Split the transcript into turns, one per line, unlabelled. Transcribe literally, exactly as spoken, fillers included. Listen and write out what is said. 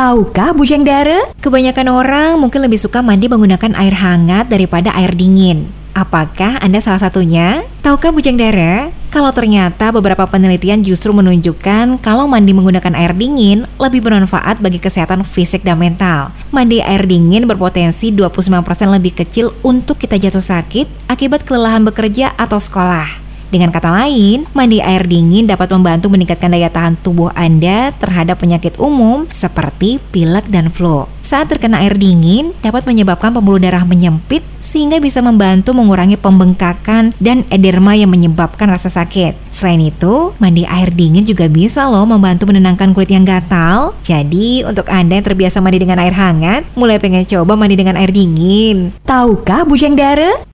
Tahukah Bujang Dara? Kebanyakan orang mungkin lebih suka mandi menggunakan air hangat daripada air dingin. Apakah Anda salah satunya? Tahukah Bujang Dara? Kalau ternyata beberapa penelitian justru menunjukkan kalau mandi menggunakan air dingin lebih bermanfaat bagi kesehatan fisik dan mental. Mandi air dingin berpotensi dua puluh sembilan persen lebih kecil untuk kita jatuh sakit akibat kelelahan bekerja atau sekolah. Dengan kata lain, mandi air dingin dapat membantu meningkatkan daya tahan tubuh Anda terhadap penyakit umum seperti pilek dan flu. Saat terkena air dingin, dapat menyebabkan pembuluh darah menyempit sehingga bisa membantu mengurangi pembengkakan dan edema yang menyebabkan rasa sakit. Selain itu, mandi air dingin juga bisa loh membantu menenangkan kulit yang gatal. Jadi, untuk Anda yang terbiasa mandi dengan air hangat, mulai pengen coba mandi dengan air dingin. Tahukah Bujang Dara?